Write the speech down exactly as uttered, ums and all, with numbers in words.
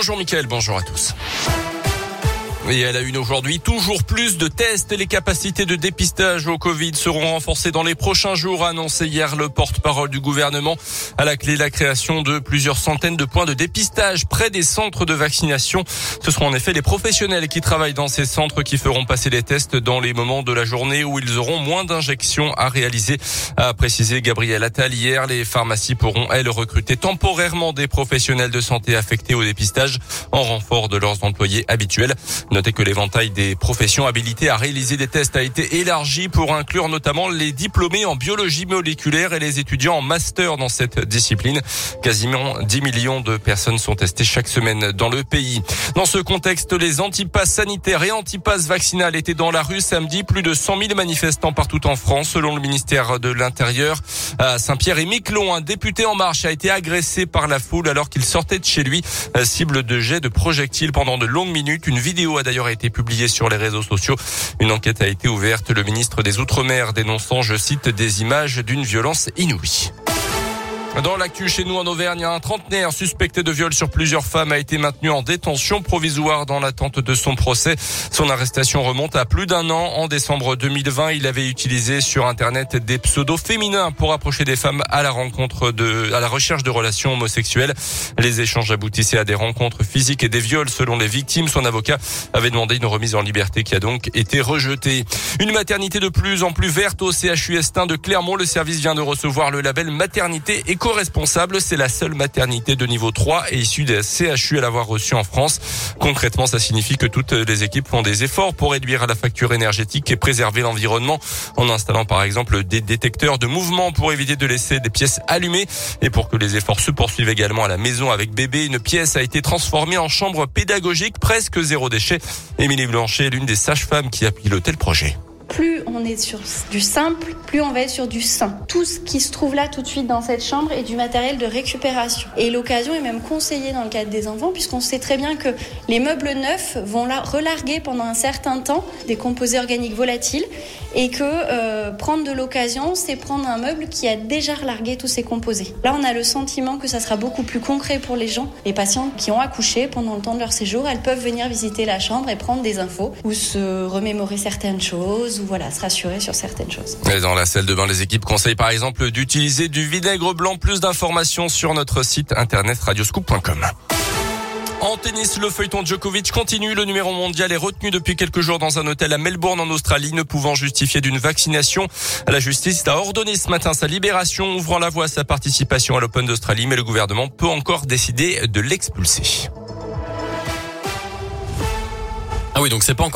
Bonjour Mickaël, bonjour à tous. Et à la une aujourd'hui, toujours plus de tests. Les capacités de dépistage au Covid seront renforcées dans les prochains jours, a annoncé hier le porte-parole du gouvernement. À la clé, la création de plusieurs centaines de points de dépistage près des centres de vaccination. Ce seront en effet les professionnels qui travaillent dans ces centres qui feront passer les tests dans les moments de la journée où ils auront moins d'injections à réaliser, a précisé Gabriel Attal hier. Les pharmacies pourront, elles, recruter temporairement des professionnels de santé affectés au dépistage en renfort de leurs employés habituels. Notez que l'éventail des professions habilitées à réaliser des tests a été élargi pour inclure notamment les diplômés en biologie moléculaire et les étudiants en master dans cette discipline. Quasiment dix millions de personnes sont testées chaque semaine dans le pays. Dans ce contexte, les antipasses sanitaires et antipasses vaccinales étaient dans la rue samedi. Plus de cent mille manifestants partout en France, selon le ministère de l'Intérieur. À Saint-Pierre-et-Miquelon, un député En Marche a été agressé par la foule alors qu'il sortait de chez lui, cible de jets de projectiles pendant de longues minutes. Une vidéo a d'ailleurs été publiée sur les réseaux sociaux. Une enquête a été ouverte. Le ministre des Outre-mer dénonçant, je cite, des images d'une violence inouïe. Dans l'actu chez nous en Auvergne, un trentenaire suspecté de viol sur plusieurs femmes a été maintenu en détention provisoire dans l'attente de son procès. Son arrestation remonte à plus d'un an. En décembre deux mille vingt, il avait utilisé sur Internet des pseudos féminins pour approcher des femmes à la rencontre de, à la recherche de relations homosexuelles. Les échanges aboutissaient à des rencontres physiques et des viols selon les victimes. Son avocat avait demandé une remise en liberté qui a donc été rejetée. Une maternité de plus en plus verte au C H U Estin de Clermont. Le service vient de recevoir le label maternité éco-responsable. C'est la seule maternité de niveau trois et issue des C H U à l'avoir reçue en France. Concrètement, ça signifie que toutes les équipes font des efforts pour réduire la facture énergétique et préserver l'environnement en installant par exemple des détecteurs de mouvement pour éviter de laisser des pièces allumées. Et pour que les efforts se poursuivent également à la maison avec bébé, une pièce a été transformée en chambre pédagogique, presque zéro déchet. Émilie Blanchet est l'une des sages-femmes qui a piloté le projet. Plus on est sur du simple, plus on va être sur du sain. Tout ce qui se trouve là tout de suite dans cette chambre est du matériel de récupération. Et l'occasion est même conseillée dans le cadre des enfants, puisqu'on sait très bien que les meubles neufs vont la relarguer pendant un certain temps des composés organiques volatiles, et que euh, prendre de l'occasion, c'est prendre un meuble qui a déjà relargué tous ses composés. Là, on a le sentiment que ça sera beaucoup plus concret pour les gens. Les patients qui ont accouché pendant le temps de leur séjour, elles peuvent venir visiter la chambre et prendre des infos ou se remémorer certaines choses, ou voilà, se rassurer sur certaines choses. Et dans la salle de bain, les équipes conseillent par exemple d'utiliser du vinaigre blanc. Plus d'informations sur notre site internet radioscoop point com. En tennis, le feuilleton Djokovic continue. Le numéro mondial est retenu depuis quelques jours dans un hôtel à Melbourne en Australie, ne pouvant justifier d'une vaccination. La justice a ordonné ce matin sa libération, ouvrant la voie à sa participation à l'Open d'Australie, mais le gouvernement peut encore décider de l'expulser. Ah oui, donc c'est pas encore